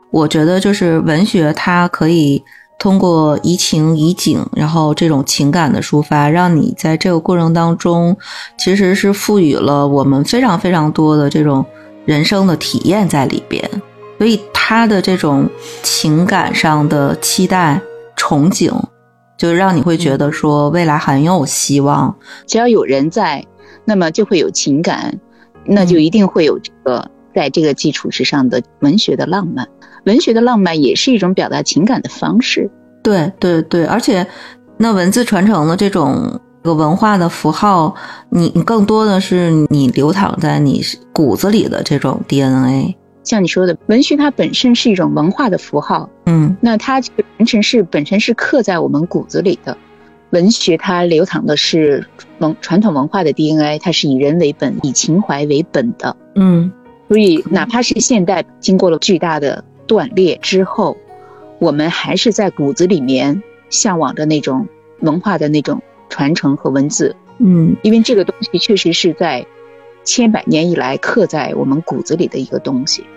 我觉得就是文学它可以通过移情移景，然后这种情感的抒发，让你在这个过程当中其实是赋予了我们非常非常多的这种人生的体验在里边，所以它的这种情感上的期待憧憬，就让你会觉得说未来很有希望。 只要有人在，那么就会有情感，那就一定会有这个在这个基础之上的文学的浪漫。文学的浪漫也是一种表达情感的方式。 对对对，而且那文字传承的这种文化的符号，你更多的是你流淌在你骨子里的这种 DNA。 像你说的，文学它本身是一种文化的符号，那它这个本身是刻在我们骨子里的。文学它流淌的是传统文化的 DNA， 它是以人为本，以情怀为本的。所以哪怕是现代经过了巨大的断裂之后，我们还是在骨子里面向往着那种文化的那种传承和文字。因为这个东西确实是在千百年以来刻在我们骨子里的一个东西。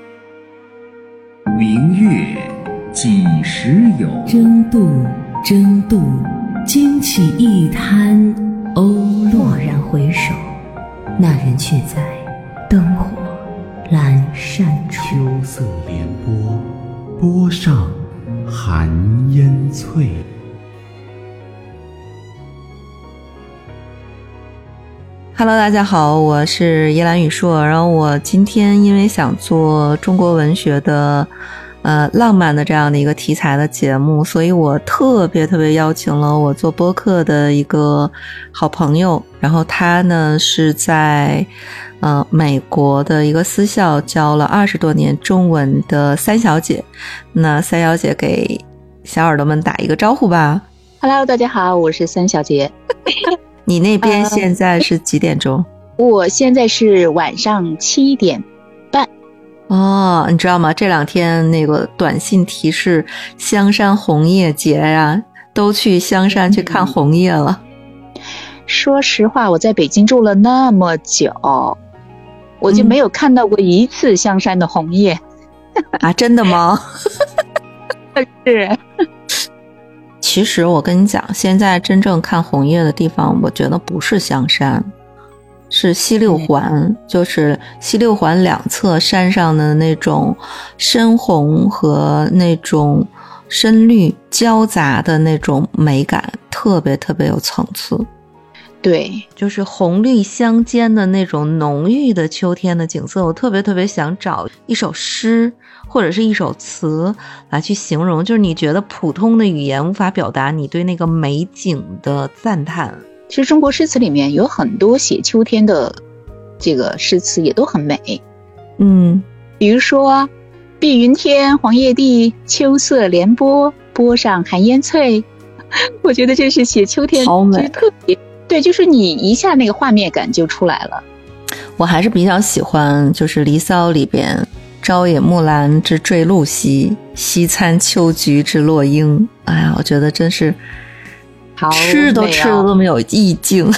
明月几时有？ 争渡，争渡，惊起一滩鸥落。然回首，那人却在灯火阑珊处。 秋色连波，波上寒烟翠。 Hello， 大家好，我是叶兰雨硕。然后我今天因为想做中国文学的浪漫的这样的一个题材的节目，所以我特别邀请了我做播客的一个好朋友。然后他呢是在美国的一个私校教了20多年中文的三小姐。那三小姐给小耳朵们打一个招呼吧。 Hello， 大家好，我是三小姐。 你那边现在是几点钟？ 我现在是晚上7点半。 哦，你知道吗？这两天那个短信提示香山红叶节呀，都去香山去看红叶了。 说实话，我在北京住了那么久，我就没有看到过一次香山的红叶。 啊，真的吗？ 是。 其实我跟你讲，现在真正看红叶的地方，我觉得不是香山，是西六环。就是西六环两侧山上的那种深红和那种深绿交杂的那种美感，特别有层次。 对， 就是红绿相间的那种浓郁的秋天的景色，我特别想找一首诗或者是一首词来去形容，就是你觉得普通的语言无法表达你对那个美景的赞叹。 其实中国诗词里面有很多写秋天的这个诗词也都很美。比如说碧云天，黄叶地，秋色连波，波上寒烟翠。我觉得这是写秋天好美， 特别对，就是你一下那个画面感就出来了。 我还是比较喜欢就是《离骚》里边朝野木兰之坠露兮，夕餐秋菊之落英。哎呀，我觉得真是吃都吃的这么有意境。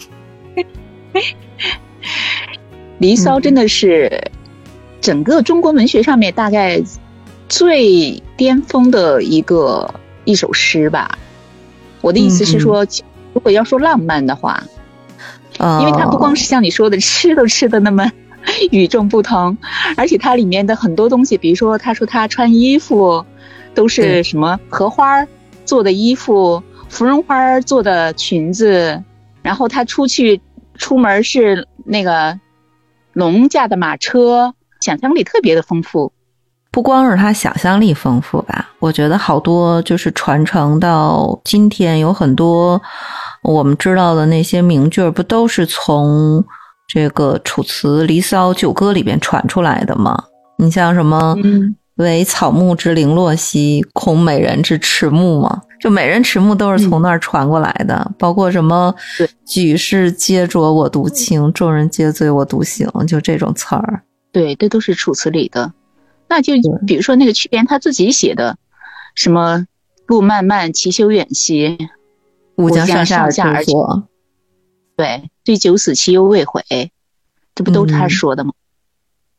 离骚真的是整个中国文学上面大概最巅峰的一首诗吧。我的意思是说，如果要说浪漫的话，因为它不光是像你说的吃都吃的那么与众不同，而且它里面的很多东西，比如说他说他穿衣服都是什么荷花做的衣服，芙蓉花做的裙子，然后他出门是那个龙驾的马车，想象力特别的丰富。 不光是他想象力丰富吧，我觉得好多就是传承到今天，有很多我们知道的那些名句不都是从这个楚辞、离骚、九歌里边传出来的吗？你像什么惟草木之零落兮，恐美人之迟暮嘛，就美人迟暮都是从那儿传过来的。包括什么举世皆浊我独清，众人皆醉我独醒，就这种词儿。 对，这都是楚辞里的。那就比如说那个屈原他自己写的什么路漫漫其修远兮， 吾将上下而知所。 对，对酒死其犹未悔，这不都是他说的吗？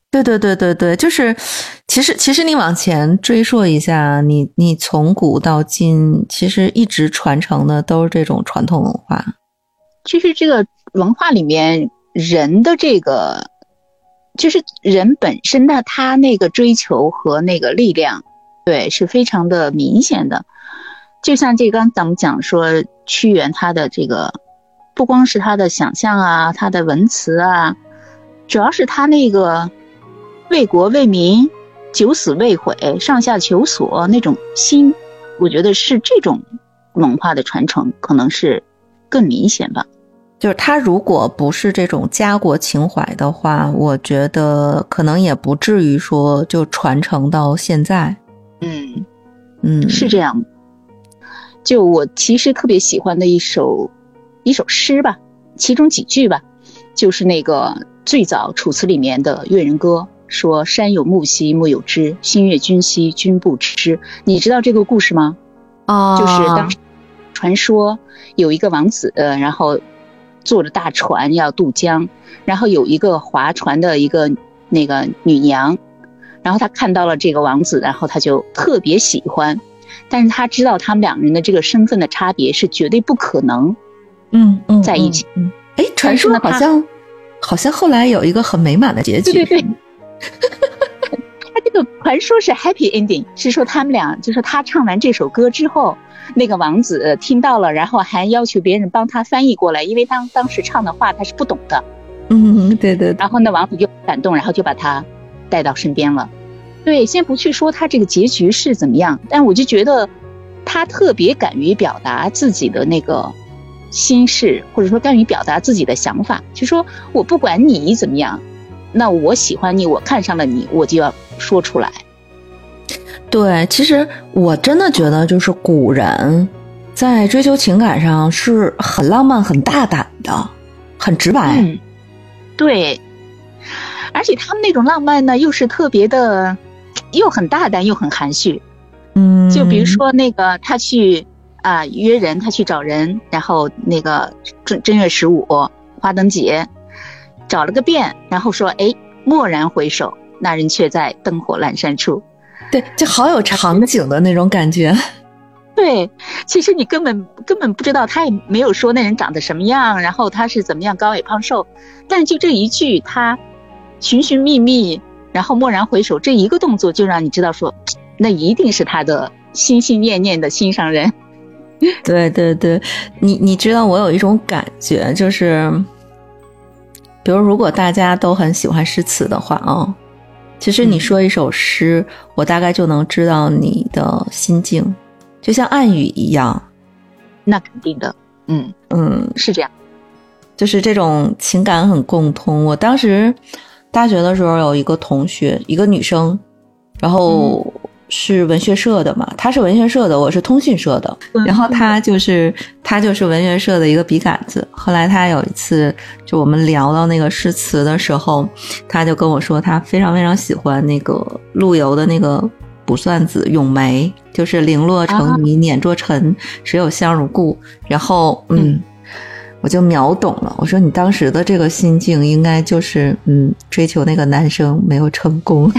对对对对对，就是其实你往前追溯一下，你从古到今，其实一直传承的都是这种传统文化。 其实这个文化里面人的这个，就是人本身的他那个追求和那个力量，对，是非常的明显的。就像这刚咱们讲说屈原他的这个，不光是他的想象啊，他的文辞啊，主要是他那个为国为民九死未悔上下求索那种心，我觉得是这种文化的传承可能是更明显吧。 就是他如果不是这种家国情怀的话，我觉得可能也不至于说就传承到现在。是这样。就我其实特别喜欢的一首诗吧，其中几句吧，就是那个最早楚辞里面的《越人歌》，说山有木兮木有枝，心悦君兮君不知。你知道这个故事吗？就是当时传说有一个王子，然后坐着大船要渡江，然后有一个划船的一个那个女娘，然后她看到了这个王子，然后她就特别喜欢，但是她知道他们两人的这个身份的差别是绝对不可能在一起。 传说好像后来有一个很美满的结局。 对对对他这个传说是 happy ending， 是说他们俩就是他唱完这首歌之后，那个王子听到了，然后还要求别人帮他翻译过来，因为当时唱的话他是不懂的。 对对。 然后那王子就感动，然后就把他带到身边了。对，先不去说他这个结局是怎么样，但我就觉得他特别敢于表达自己的那个心事，或者说敢于表达自己的想法，就说我不管你怎么样，那我喜欢你，我看上了你，我就要说出来。 对，其实我真的觉得就是古人在追求情感上是很浪漫很大胆的，很直白。 对，而且他们那种浪漫呢又是特别的，又很大胆又很含蓄。就比如说那个他去约人，他去找人，然后那个正月15花灯节找了个遍，然后说蓦然回首，那人却在灯火阑珊处。 对，就好有场景的那种感觉。 对，其实你根本不知道，他也没有说那人长得什么样，然后他是怎么样高矮胖瘦，但就这一句他寻寻觅觅，然后蓦然回首，这一个动作就让你知道说那一定是他的心心念念的心上人。 对对对，你知道我有一种感觉，就是比如果大家都很喜欢诗词的话其实你说一首诗，我大概就能知道你的心境，就像暗语一样。 那肯定的。是这样， 就是这种情感很共通。我当时大学的时候有一个同学，一个女生，然后是文学社的嘛，她是文学社的，我是通讯社的，然后她就是文学社的一个笔杆子。后来她有一次就我们聊到那个诗词的时候，她就跟我说她非常非常喜欢那个陆游的那个卜算子《咏梅》，就是零落成泥碾作尘，只有香如故。然后我就秒懂了，我说你当时的这个心境应该就是追求那个男生没有成功。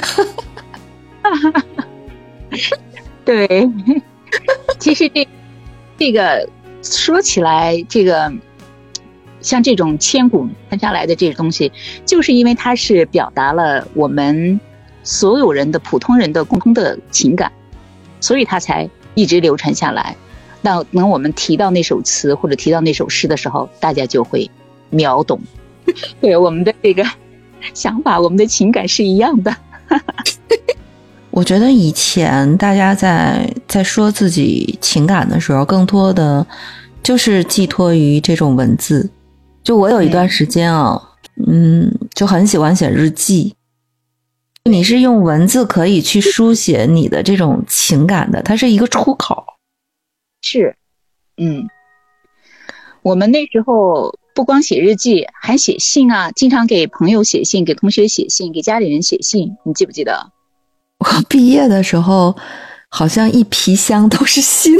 对，其实这个说起来，这个像这种千古传下来的这个东西，就是因为它是表达了我们所有人的普通人的共同的情感，所以它才一直流传下来。那我们提到那首词或者提到那首诗的时候，大家就会秒懂。对，我们的这个想法，我们的情感是一样的。 我觉得以前大家在说自己情感的时候，更多的就是寄托于这种文字。就我有一段时间就很喜欢写日记。你是用文字可以去书写你的这种情感的，它是一个出口。 是，我们那时候不光写日记，还写信啊，经常给朋友写信，给同学写信，给家里人写信，你记不记得？ 我毕业的时候好像一皮箱都是信。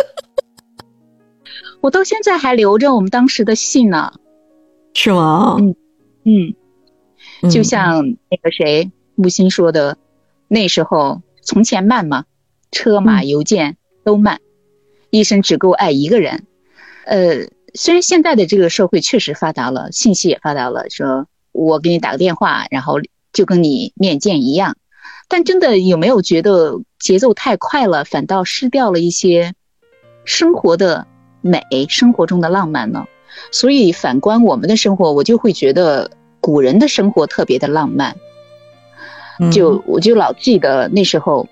我到现在还留着我们当时的信呢。 是吗？ 就像那个谁木心说的，那时候从前慢嘛，车马邮件都慢，一生只够爱一个人。虽然现在的这个社会确实发达了，信息也发达了，说我给你打个电话，然后就跟你面见一样，但真的有没有觉得节奏太快了，反倒失掉了一些生活的美，生活中的浪漫呢？所以反观我们的生活，我就会觉得古人的生活特别的浪漫。我就老记得那时候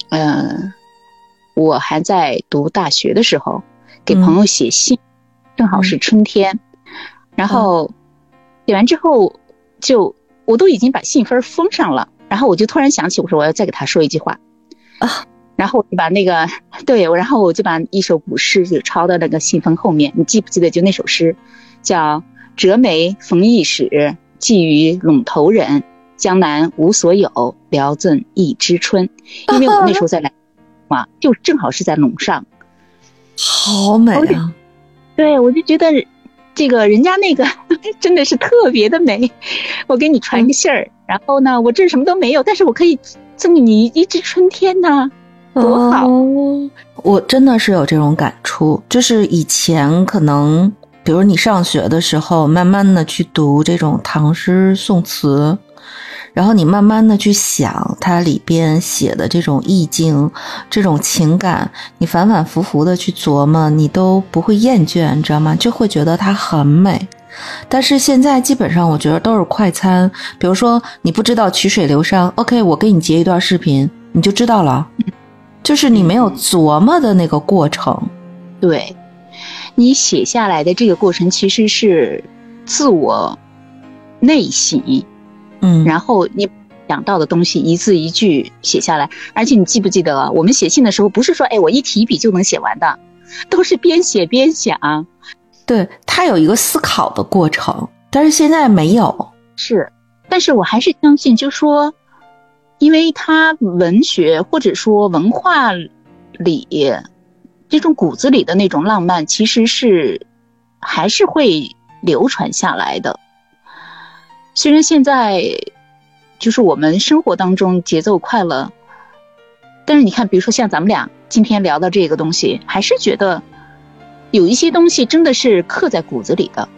我还在读大学的时候，给朋友写信，正好是春天，然后写完之后我都已经把信封封上了，然后我就突然想起，我说我要再给他说一句话然后我就把然后我就把一首古诗就抄到那个信封后面。你记不记得就那首诗叫折梅逢驿使，寄于陇头人，江南无所有，聊赠一枝春。因为我那时候在来嘛，就正好是在陇上， 好美啊！ 对，我就觉得这个人家那个真的是特别的美。我给你传个信儿，然后呢，我这什么都没有，但是我可以赠你一枝春天呢，多好！ 我真的是有这种感触，就是以前可能，比如你上学的时候，慢慢的去读这种唐诗宋词。然后你慢慢的去想它里边写的这种意境，这种情感，你反反复复的去琢磨，你都不会厌倦，你知道吗？就会觉得它很美。但是现在基本上我觉得都是快餐，比如说你不知道曲水流觞 OK 我给你截一段视频你就知道了，就是你没有琢磨的那个过程。 对，你写下来的这个过程其实是自我内省，然后你想到的东西一字一句写下来。而且你记不记得我们写信的时候不是说我一提笔就能写完的，都是边写边想。 对，它有一个思考的过程，但是现在没有。 是，但是我还是相信，就是说因为它文学或者说文化里这种骨子里的那种浪漫其实是还是会流传下来的。虽然现在就是我们生活当中节奏快了，但是你看比如说像咱们俩今天聊到这个东西，还是觉得有一些东西真的是刻在骨子里的。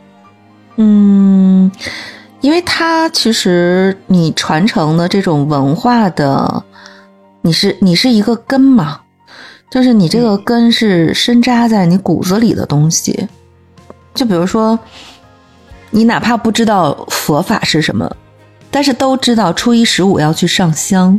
因为它其实你传承的这种文化的，你是一个根嘛，就是你这个根是深扎在你骨子里的东西。就比如说你哪怕不知道佛法是什么，但是都知道初一15要去上香。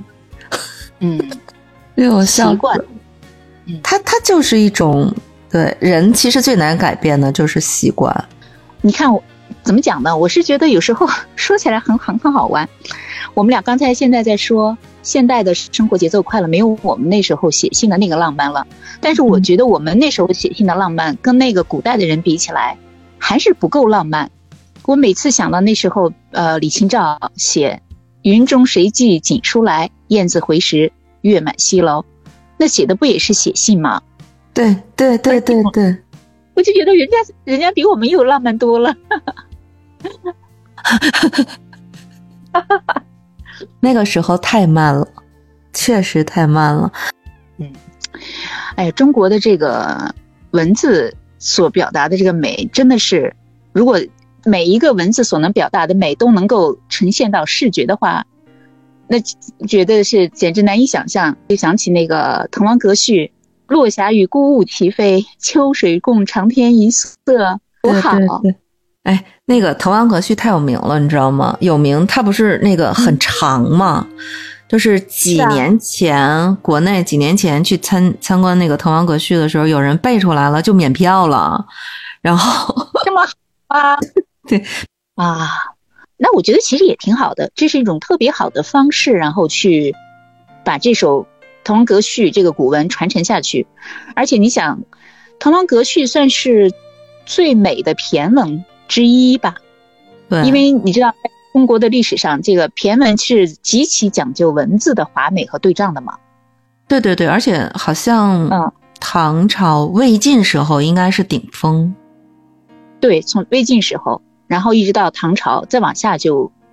这种习惯，它就是一种，对，人其实最难改变的就是习惯。 你看我怎么讲呢？我是觉得有时候说起来很好玩。我们俩现在在说现代的生活节奏快了，没有我们那时候写信的那个浪漫了。但是我觉得我们那时候写信的浪漫跟那个古代的人比起来还是不够浪漫。我每次想到那时候李清照写云中谁寄锦书来，雁字回时月满西楼，那写的不也是写信吗？ 对， 我就觉得人家比我们又浪漫多了。 那个时候太慢了，确实太慢了。 中国的这个文字所表达的这个美，真的是如果每一个文字所能表达的美都能够呈现到视觉的话，那觉得是简直难以想象。就想起那个滕王阁序，落霞与孤鹜齐飞，秋水共长天一色，多好。 对，那个滕王阁序太有名了，你知道吗？有名，它不是那个很长吗？就是几年前国内几年前去参观那个滕王阁序的时候，有人背出来了就免票了。然后这么好啊？ 对啊，那我觉得其实也挺好的，这是一种特别好的方式，然后去把这首滕王阁序这个古文传承下去。而且你想，滕王阁序算是最美的骈文之一吧？ 对， 因为你知道在中国的历史上，这个骈文是极其讲究文字的华美和对仗的嘛。 对，而且好像唐朝魏晋时候应该是顶峰。 对，从魏晋时候，然后一直到唐朝，再往下就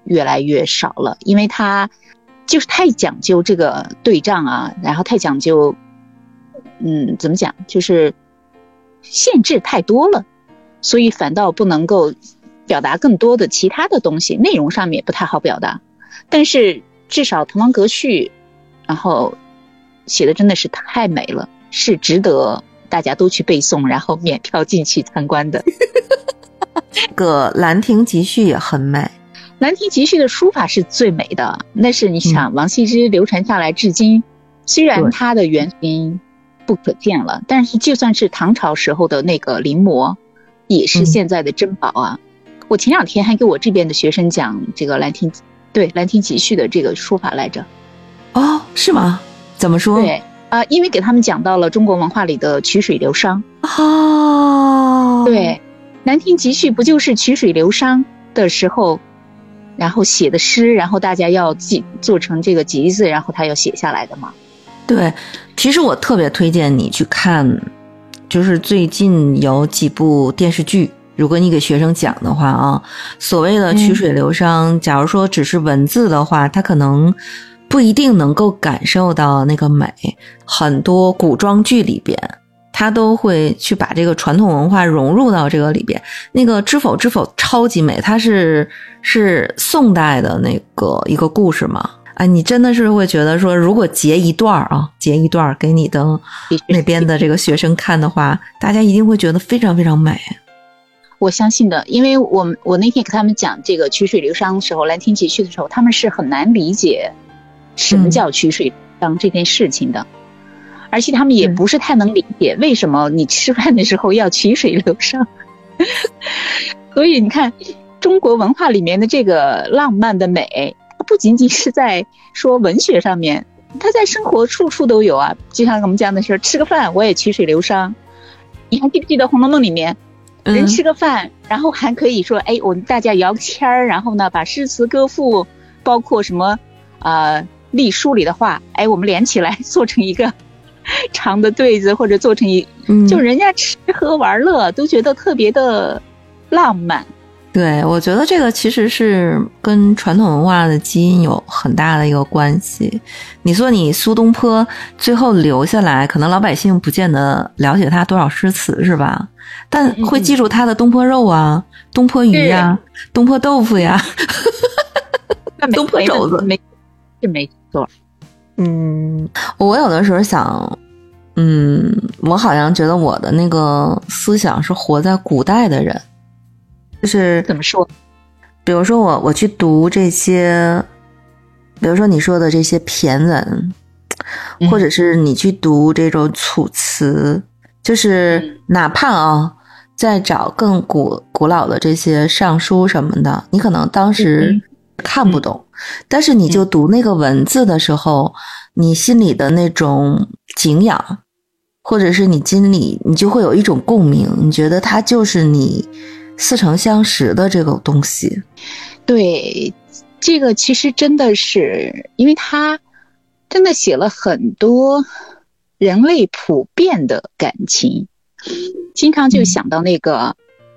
越来越少了，因为它就是太讲究这个对仗啊，然后太讲究怎么讲，就是限制太多了，所以反倒不能够表达更多的其他的东西，内容上面不太好表达。但是至少《滕王阁序》然后写的真的是太美了，是值得大家都去背诵，然后免票进去参观的。 这个《兰亭集序》也很美，《 兰亭集序》的书法是最美的，那是你想王羲之流传下来至今，虽然它的原型不可见了，但是就算是唐朝时候的那个临摹，也是现在的珍宝啊。我前2天还给我这边的学生讲这个兰亭集序的这个说法来着。 哦，是吗？怎么说？ 对因为给他们讲到了中国文化里的曲水流觞。 哦， 对，兰亭集序不就是曲水流觞的时候然后写的诗，然后大家要做成这个集子，然后他要写下来的吗？ 对，其实我特别推荐你去看，就是最近有几部电视剧，如果你给学生讲的话啊，所谓的曲水流觞，假如说只是文字的话，他可能不一定能够感受到那个美。很多古装剧里边，他都会去把这个传统文化融入到这个里边。那个知否知否超级美，它是宋代的那个一个故事嘛。哎，你真的是会觉得说，如果截一段给你的那边的这个学生看的话，大家一定会觉得非常非常美。 我相信的，因为我那天给他们讲这个曲水流觞的时候，兰亭集序的时候，他们是很难理解什么叫曲水流觞这件事情的，而且他们也不是太能理解为什么你吃饭的时候要曲水流觞。所以你看，中国文化里面的这个浪漫的美，不仅仅是在说文学上面，它在生活处处都有啊。就像我们讲的是吃个饭我也曲水流觞，你还记不记得《红楼梦》里面人吃个饭然后还可以说我们大家摇个签儿，然后呢把诗词歌赋包括什么隶书里的话我们连起来做成一个长的对子，或者做成就人家吃喝玩乐都觉得特别的浪漫。 对，我觉得这个其实是跟传统文化的基因有很大的一个关系。你说你苏东坡最后留下来，可能老百姓不见得了解他多少诗词是吧，但会记住他的东坡肉啊，东坡鱼呀，东坡豆腐呀，东坡肘子， 没错。 我有的时候想我好像觉得我的那个思想是活在古代的人，就是怎么说？ 比如说我去读这些，比如说你说的这些骈文，或者是你去读这种楚辞，就是哪怕再找更古老的这些尚书什么的，你可能当时看不懂，但是你就读那个文字的时候，你心里的那种敬仰，或者是你心里你就会有一种共鸣，你觉得它就是你似曾相识的这个东西。 对，这个其实真的是因为他真的写了很多人类普遍的感情，经常就想到那个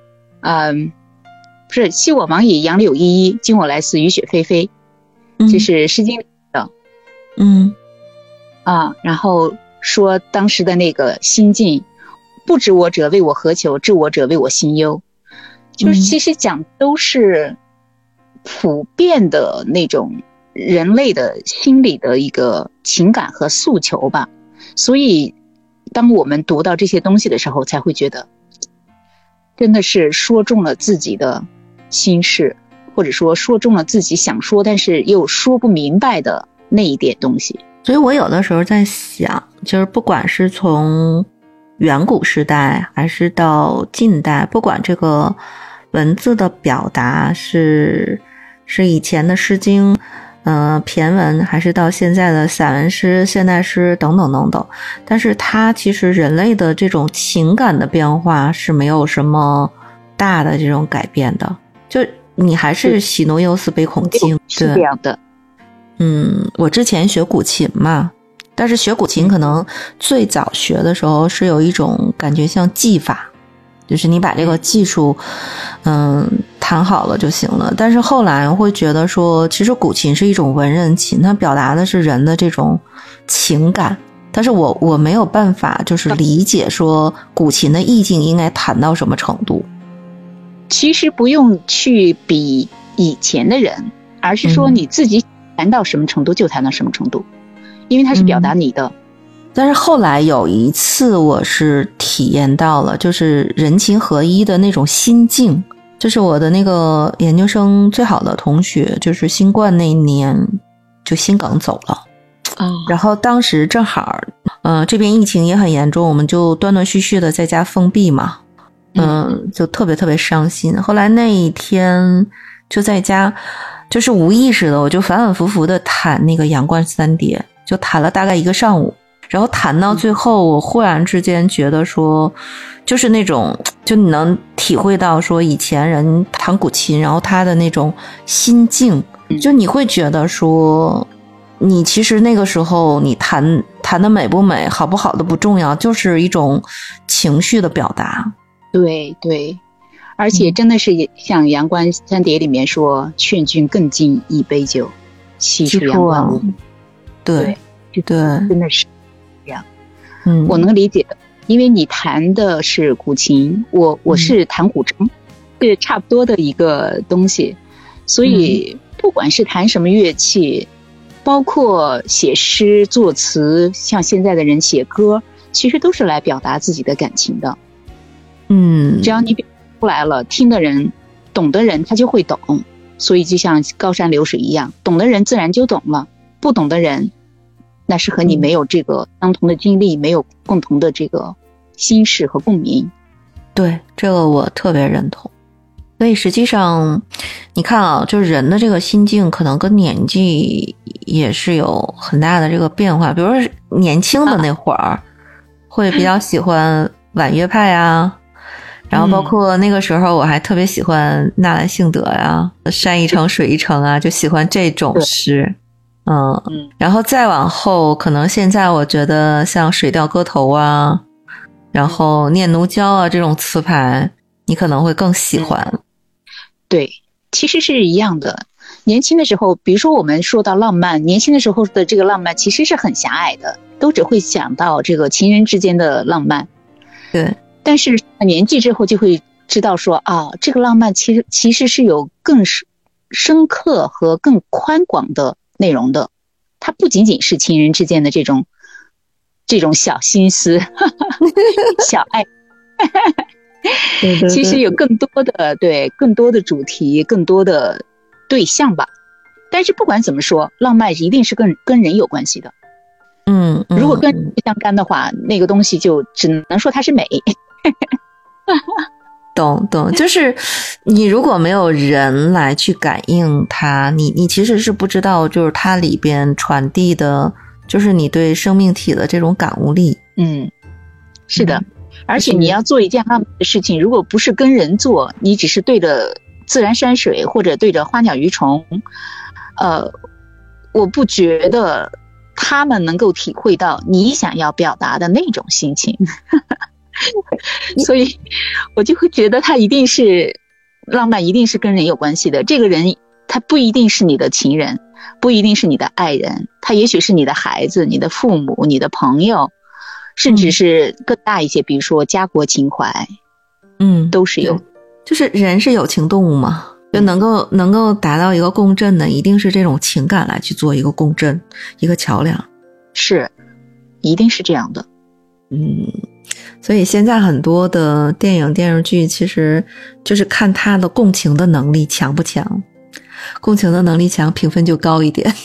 不是昔我往矣，杨柳依依，今我来思，雨雪霏霏，这是诗经里的然后说当时的那个心境，不知我者为我何求，知我者为我心忧，就是其实讲都是普遍的那种人类的心理的一个情感和诉求吧。所以当我们读到这些东西的时候，才会觉得真的是说中了自己的心事，或者说说中了自己想说但是又说不明白的那一点东西。 所以我有的时候在想，就是不管是从远古时代还是到近代，不管这个文字的表达是以前的诗经骈文，还是到现在的散文诗、现代诗等等等等，但是它其实人类的这种情感的变化是没有什么大的这种改变的，就你还是喜怒忧思悲恐惊， 是这样的。 我之前学古琴嘛，但是学古琴可能最早学的时候是有一种感觉像技法， 就是你把这个技术弹好了就行了。但是后来我会觉得说，其实古琴是一种文人琴，它表达的是人的这种情感，但是我没有办法就是理解说古琴的意境应该弹到什么程度。 其实不用去比以前的人，而是说你自己弹到什么程度就弹到什么程度，因为它是表达你的。 但是后来有一次我是体验到了就是人琴合一的那种心境，就是我的那个研究生最好的同学，就是新冠那一年就心梗走了。然后当时正好这边疫情也很严重，我们就断断续续的在家封闭嘛，就特别特别伤心。后来那一天就在家，就是无意识的我就反反复复的弹那个阳关三叠，就弹了大概1个上午。然后弹到最后，我忽然之间觉得说，就是那种，就你能体会到说以前人弹古琴，然后他的那种心境，就你会觉得说，你其实那个时候你弹的美不美、好不好的不重要，就是一种情绪的表达。 对对，而且真的是像阳关三叠里面说，劝君更尽一杯酒，细数阳关无。 对对， 真的是这样。我能理解的，因为你弹的是古琴，我是弹古筝，是差不多的一个东西，所以不管是弹什么乐器，包括写诗作词，像现在的人写歌，其实都是来表达自己的感情的。只要你表达出来了，听的人懂的人他就会懂，所以就像高山流水一样，懂的人自然就懂了，不懂的人那是和你没有这个相同的经历，没有共同的这个心事和共鸣。 对，这个我特别认同。所以实际上你看啊，就是人的这个心境可能跟年纪也是有很大的这个变化。比如说年轻的那会儿会比较喜欢婉约派啊，然后包括那个时候我还特别喜欢纳兰性德呀，山一程水一程啊，就喜欢这种诗。然后再往后，可能现在我觉得像水调歌头啊，然后念奴娇啊这种词牌，你可能会更喜欢。 对，其实是一样的。年轻的时候，比如说我们说到浪漫，年轻的时候的这个浪漫其实是很狭隘的，都只会想到这个情人之间的浪漫。 对， 但是年纪之后就会知道说这个浪漫其实是有更深刻和更宽广的内容的，它不仅仅是情人之间的这种小心思小爱对，其实有更多的主题，更多的对象吧。但是不管怎么说，浪漫一定是跟人有关系的。如果跟人不相干的话，那个东西就只能说它是美。 懂，就是你如果没有人来去感应它，你其实是不知道，就是它里边传递的，就是你对生命体的这种感悟力。 是的，而且你要做一件浪漫的事情，如果不是跟人做，你只是对着自然山水或者对着花鸟鱼虫，我不觉得他们能够体会到你想要表达的那种心情。所以我就会觉得他一定是浪漫，一定是跟人有关系的。这个人他不一定是你的情人，不一定是你的爱人，他也许是你的孩子、你的父母、你的朋友，甚至是更大一些，比如说家国情怀。都是有。 就是人是有情动物嘛，就能够达到一个共振的，一定是这种情感来去做一个共振，一个桥梁。 是，一定是这样的。 所以现在很多的电影电视剧其实就是看他的共情的能力强不强，共情的能力强评分就高一点。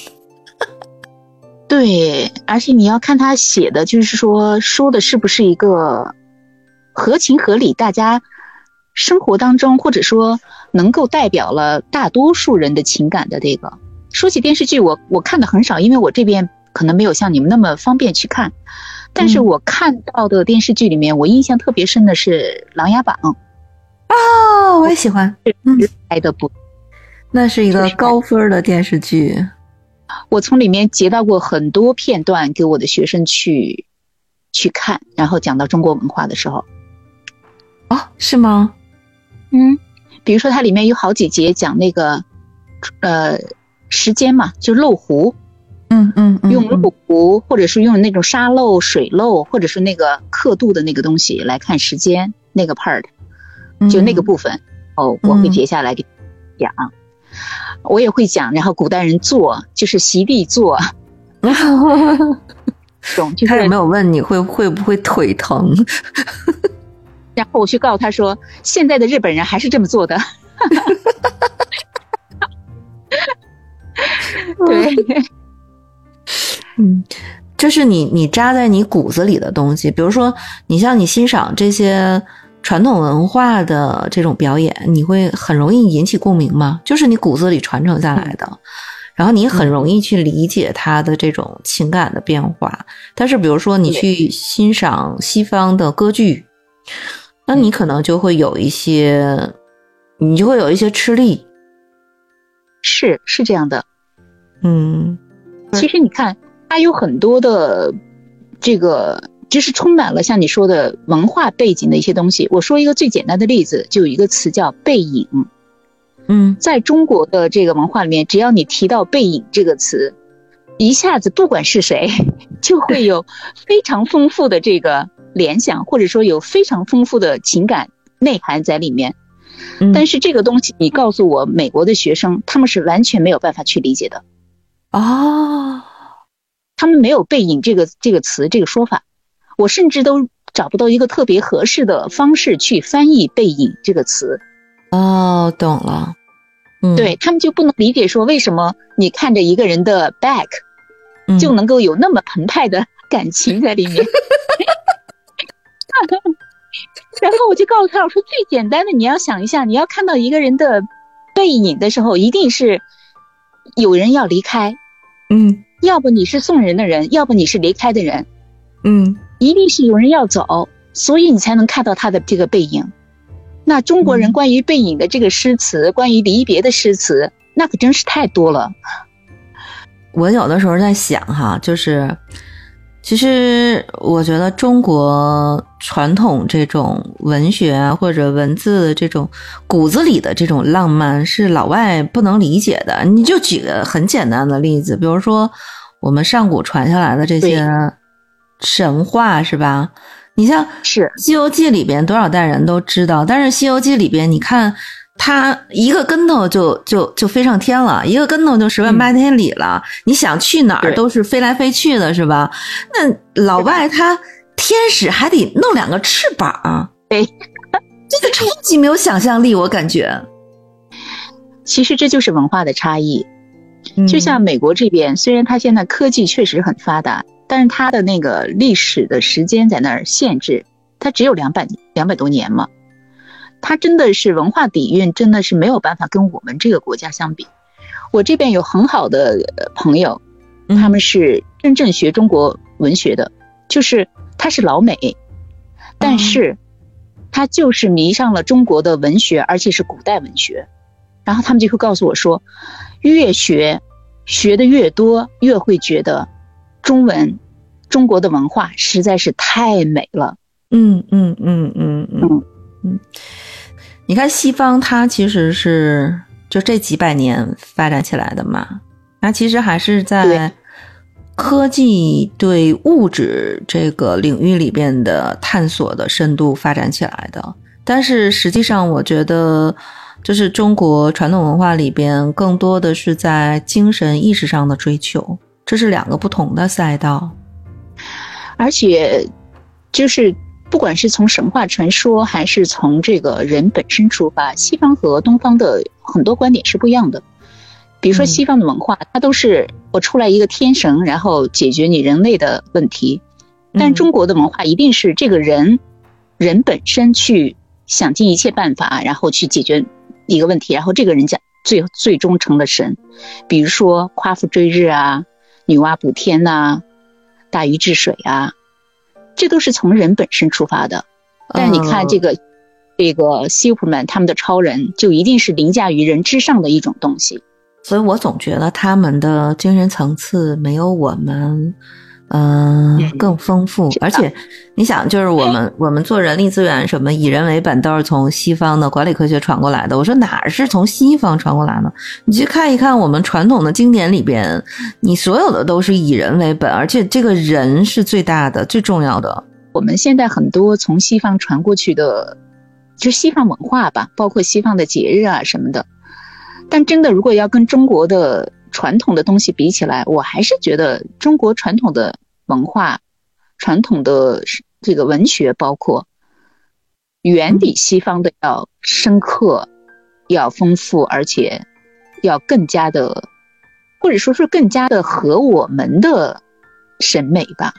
对，而且你要看他写的，就是说的是不是一个合情合理，大家生活当中或者说能够代表了大多数人的情感的这个。说起电视剧，我看的很少，因为我这边可能没有像你们那么方便去看，但是我看到的电视剧里面，我印象特别深的是《琅琊榜》。 我也喜欢。 拍的不， 那是一个高分的电视剧。 我从里面截到过很多片段给我的学生去看，然后讲到中国文化的时候， 哦，是吗？ 比如说它里面有好几节讲那个时间嘛，就漏壶。用漏壶，或者是用那种沙漏、水漏，或者是那个刻度的那个东西来看时间那个 part，就那个部分我会截下来给讲。我也会讲，然后古代人坐就是席地坐。就是他有没有问你会不会腿疼？ 然后我去告诉他说，现在的日本人还是这么做的。对。 这是你扎在你骨子里的东西。比如说你像你欣赏这些传统文化的这种表演，你会很容易引起共鸣吗？就是你骨子里传承下来的，然后你很容易去理解它的这种情感的变化。但是比如说你去欣赏西方的歌剧，那你可能就会有一些吃力。 是这样的。其实你看它有很多的这个就是充满了像你说的文化背景的一些东西。我说一个最简单的例子，就有一个词叫背影。在中国的这个文化里面，只要你提到背影这个词，一下子不管是谁就会有非常丰富的这个联想，或者说有非常丰富的情感内涵在里面。但是这个东西你告诉我美国的学生，他们是完全没有办法去理解的。他们没有背影这个词这个说法，我甚至都找不到一个特别合适的方式去翻译背影这个词。 懂了。 对，他们就不能理解说为什么你看着一个人的 back，就能够有那么澎湃的感情在里面。然后我就告诉他，我说最简单的，你要想一下，你要看到一个人的背影的时候，一定是有人要离开。要不你是送人的人，要不你是离开的人。一定是有人要走，所以你才能看到他的这个背影。那中国人关于背影的这个诗词，关于离别的诗词，那可真是太多了。 我有的时候在想哈，就是其实我觉得中国传统这种文学啊或者文字的这种骨子里的这种浪漫是老外不能理解的。你就举个很简单的例子，比如说我们上古传下来的这些神话是吧？你像是西游记里边多少代人都知道，但是西游记里边你看他一个跟头就飞上天了，一个跟头就10万8千里了，你想去哪儿都是飞来飞去的是吧？那老外他天使还得弄2个翅膀，这个超级没有想象力，我感觉。 其实这就是文化的差异。就像美国这边，虽然它现在科技确实很发达，但是它的那个历史的时间在那儿限制，它只有200多年嘛。它真的是文化底蕴真的是没有办法跟我们这个国家相比。我这边有很好的朋友，他们是真正学中国文学的，就是他是老美，但是他就是迷上了中国的文学，而且是古代文学。然后他们就会告诉我说，越学的越多，越会觉得中国的文化实在是太美了。 你看西方它其实是就这几百年发展起来的嘛，它其实还是在科技对物质这个领域里边的探索的深度发展起来的。但是实际上我觉得就是中国传统文化里边更多的是在精神意识上的追求，这是2个不同的赛道。 而且就是不管是从神话传说还是从这个人本身出发，西方和东方的很多观点是不一样的。比如说西方的文化，它都是我出来一个天神，然后解决你人类的问题。但中国的文化一定是这个人本身去想尽一切办法，然后去解决一个问题，然后这个人最终成了神。比如说夸父追日啊，女娲补天啊，大禹治水啊，这都是从人本身出发的。但是你看这个 Superman 他们的超人就一定是凌驾于人之上的一种东西。 所以我总觉得他们的精神层次没有我们更丰富。而且你想，就是我们做人力资源什么以人为本都是从西方的管理科学传过来的。我说哪儿是从西方传过来呢？你去看一看我们传统的经典里边，你所有的都是以人为本，而且这个人是最大的最重要的。 我们现在很多从西方传过去的就是西方文化吧，包括西方的节日啊什么的，但真的如果要跟中国的传统的东西比起来，我还是觉得中国传统的文化、传统的这个文学包括远比西方的要深刻、要丰富，而且要更加的，或者说是更加的合我们的审美吧。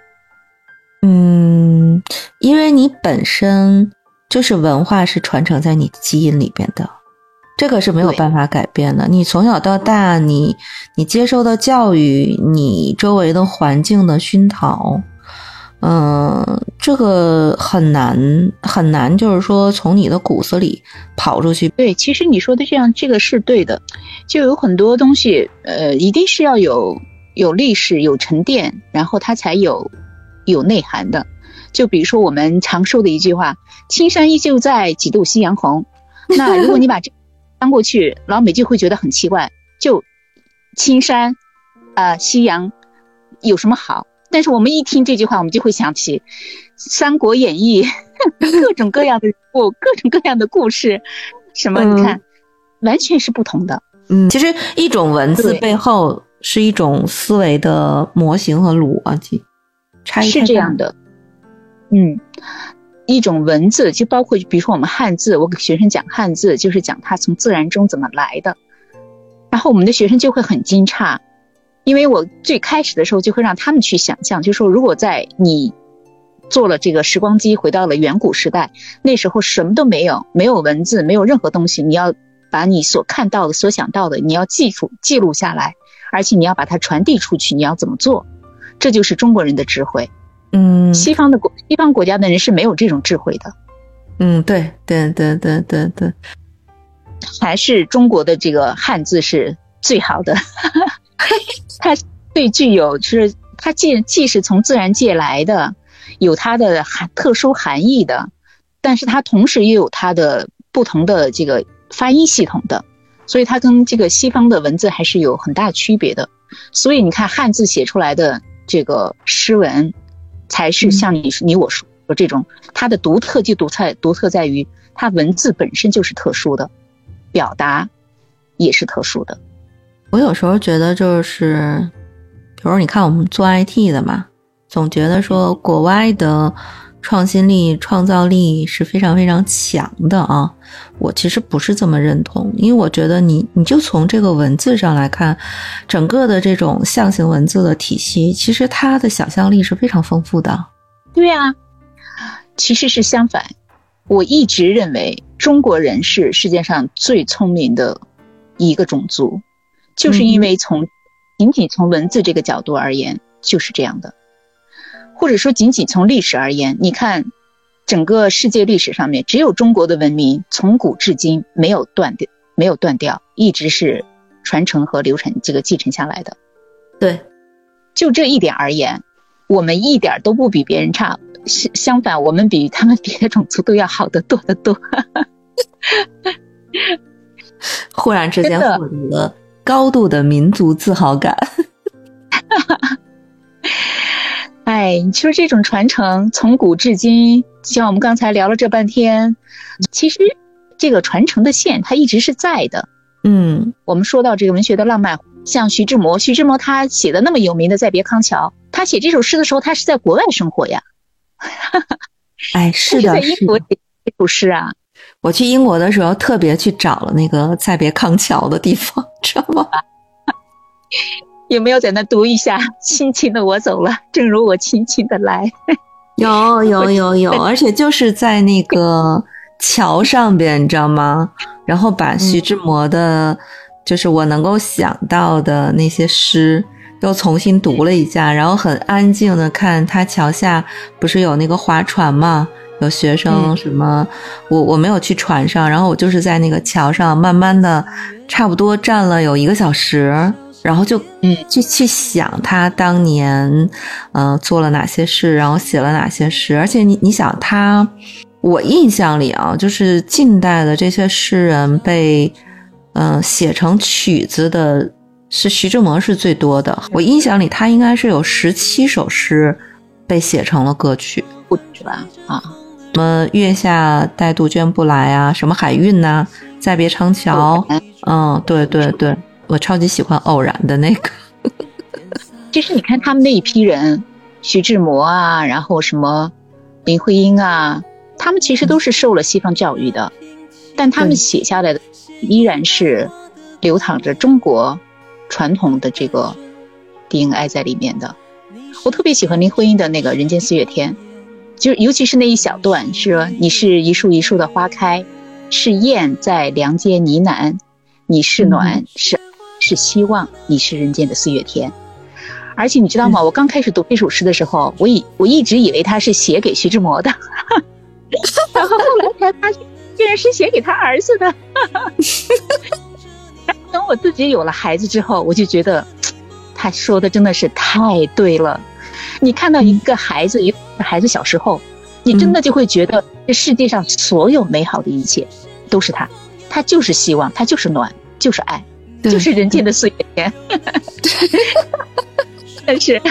因为你本身就是文化是传承在你的基因里边的，这个是没有办法改变的。你从小到大，你接受的教育，你周围的环境的熏陶，这个很难，就是说从你的骨子里跑出去。 对，其实你说的这个是对的，就有很多东西，一定是要有历史、有沉淀，然后它才有内涵的。就比如说我们常说的一句话，青山依旧在，几度夕阳红。那如果你把这搬过去，老美就会觉得很奇怪，就青山夕阳有什么好？但是我们一听这句话，我们就会想起三国演义各种各样的人物，各种各样的故事，什么你看完全是不同的。 其实一种文字背后是一种思维的模型和逻辑，差异是这样的。一种文字就包括比如说我们汉字，我给学生讲汉字就是讲它从自然中怎么来的，然后我们的学生就会很惊诧，因为我最开始的时候就会让他们去想象，就说如果在你做了这个时光机回到了远古时代，那时候什么都没有，没有文字，没有任何东西，你要把你所看到的所想到的你要记录下来，而且你要把它传递出去，你要怎么做，这就是中国人的智慧。西方国家的人是没有这种智慧的。 对， 还是中国的这个汉字是最好的它最具有，就是它既是从自然界来的，有它的特殊含义的，但是它同时也有它的不同的这个发音系统的，所以它跟这个西方的文字还是有很大区别的。所以你看汉字写出来的这个诗文才是像你我说这种，它的独特在于它文字本身就是特殊的，表达也是特殊的。 我有时候觉得就是比如你看我们做 IT 的嘛，总觉得说国外的创新力创造力是非常非常强的啊，我其实不是这么认同。因为我觉得你就从这个文字上来看，整个的这种象形文字的体系，其实它的想象力是非常丰富的。 对啊，其实是相反，我一直认为中国人是世界上最聪明的一个种族，就是因为仅仅从文字这个角度而言就是这样的。或者说仅仅从历史而言，你看整个世界历史上面，只有中国的文明从古至今没有断掉，一直是传承和流传这个继承下来的。 对， 就这一点而言，我们一点都不比别人差，相反我们比他们别的种族都要好得多得多忽然之间获得了高度的民族自豪感你说这种传承从古至今，像我们刚才聊了这半天，其实这个传承的线它一直是在的。我们说到这个文学的浪漫，像徐志摩他写的那么有名的《再别康桥》，他写这首诗的时候他是在国外生活呀是的， 在英国写这首诗啊。 我去英国的时候特别去找了那个再别康桥的地方，知道吗？ 有没有在那读一下轻轻的我走了，正如我轻轻的来？ 有，而且就是在那个桥上边，你知道吗？然后把徐志摩的就是我能够想到的那些诗又重新读了一下，然后很安静的看他桥下不是有那个划船吗？有学生什么我没有去船上，然后我就是在那个桥上慢慢的差不多站了有1个小时， 然后就去想他当年做了哪些事，然后写了哪些诗。而且你想他，我印象里啊，就是近代的这些诗人被写成曲子的是徐志摩是最多的，我印象里他应该是有17首诗被写成了歌曲， 不止吧？啊， 什么月下待杜鹃不来啊，什么海韵呐、再别长桥，对对对，我超级喜欢偶然的那个。 其实你看他们那一批人，徐志摩啊，然后什么林徽因啊，他们其实都是受了西方教育的，但他们写下来的依然是流淌着中国传统的这个 DNA 在里面的。我特别喜欢林徽因的那个《人间四月天》，就尤其是那一小段，是你是一树一树的花开，是燕在梁间呢喃，你是暖，是希望，你是人间的四月天。而且你知道吗？我刚开始读这首诗的时候，我一直以为他是写给徐志摩的，然后后来才发现，竟然是写给他儿子的。等我自己有了孩子之后，我就觉得他说的真的是太对了。你看到一个孩子，一个孩子小时候，你真的就会觉得这世界上所有美好的一切都是他就是希望，他就是暖，就是爱，就是人间的四月天。但是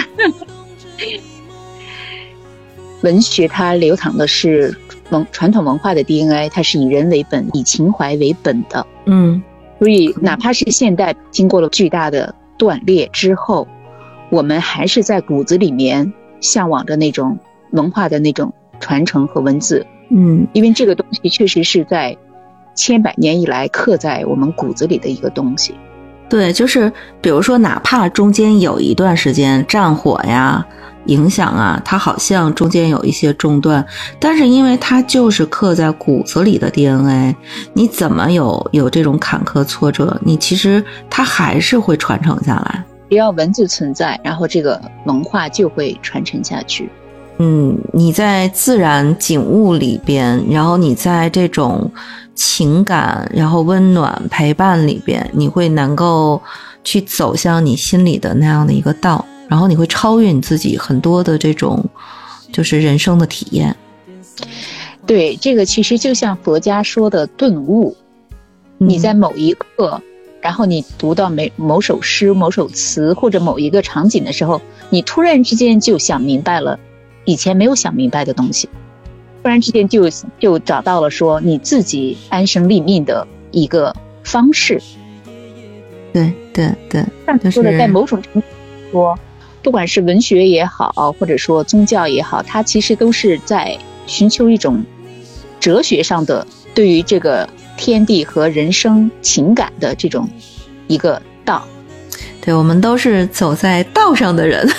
文学它流淌的是传统文化的 DNA， 它是以人为本，以情怀为本的。所以哪怕是现代经过了巨大的断裂之后，我们还是在骨子里面向往着那种文化的那种传承和文字。因为这个东西确实是在千百年以来刻在我们骨子里的一个东西。 对，就是比如说哪怕中间有一段时间战火呀影响啊，它好像中间有一些中断，但是因为它就是刻在骨子里的 DNA， 你怎么有这种坎坷挫折，你其实它还是会传承下来。 只要文字存在，然后这个文化就会传承下去。 你在自然景物里边，然后你在这种情感然后温暖陪伴里边，你会能够去走向你心里的那样的一个道，然后你会超越你自己很多的这种就是人生的体验。 对，这个其实就像佛家说的顿悟，你在某一刻，然后你读到某首诗某首词或者某一个场景的时候，你突然之间就想明白了以前没有想明白的东西，突然之间就找到了说你自己安身立命的一个方式。 对对对， 说的在某种程度说，不管是文学也好，或者说宗教也好，它其实都是在寻求一种哲学上的对于这个天地和人生情感的这种一个道。 对，我们都是走在道上的人。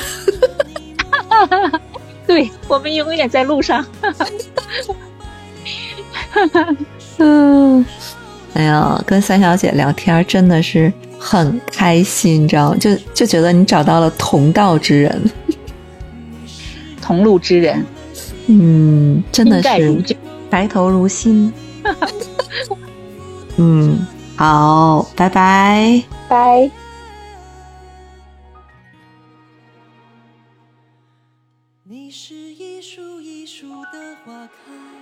对，我们永远在路上。 哎呀，跟三小姐聊天真的是很开心，你知道吗？就觉得你找到了同道之人， 同路之人。 真的是白头如新。好，拜拜， 拜。 你是一树一树的花开，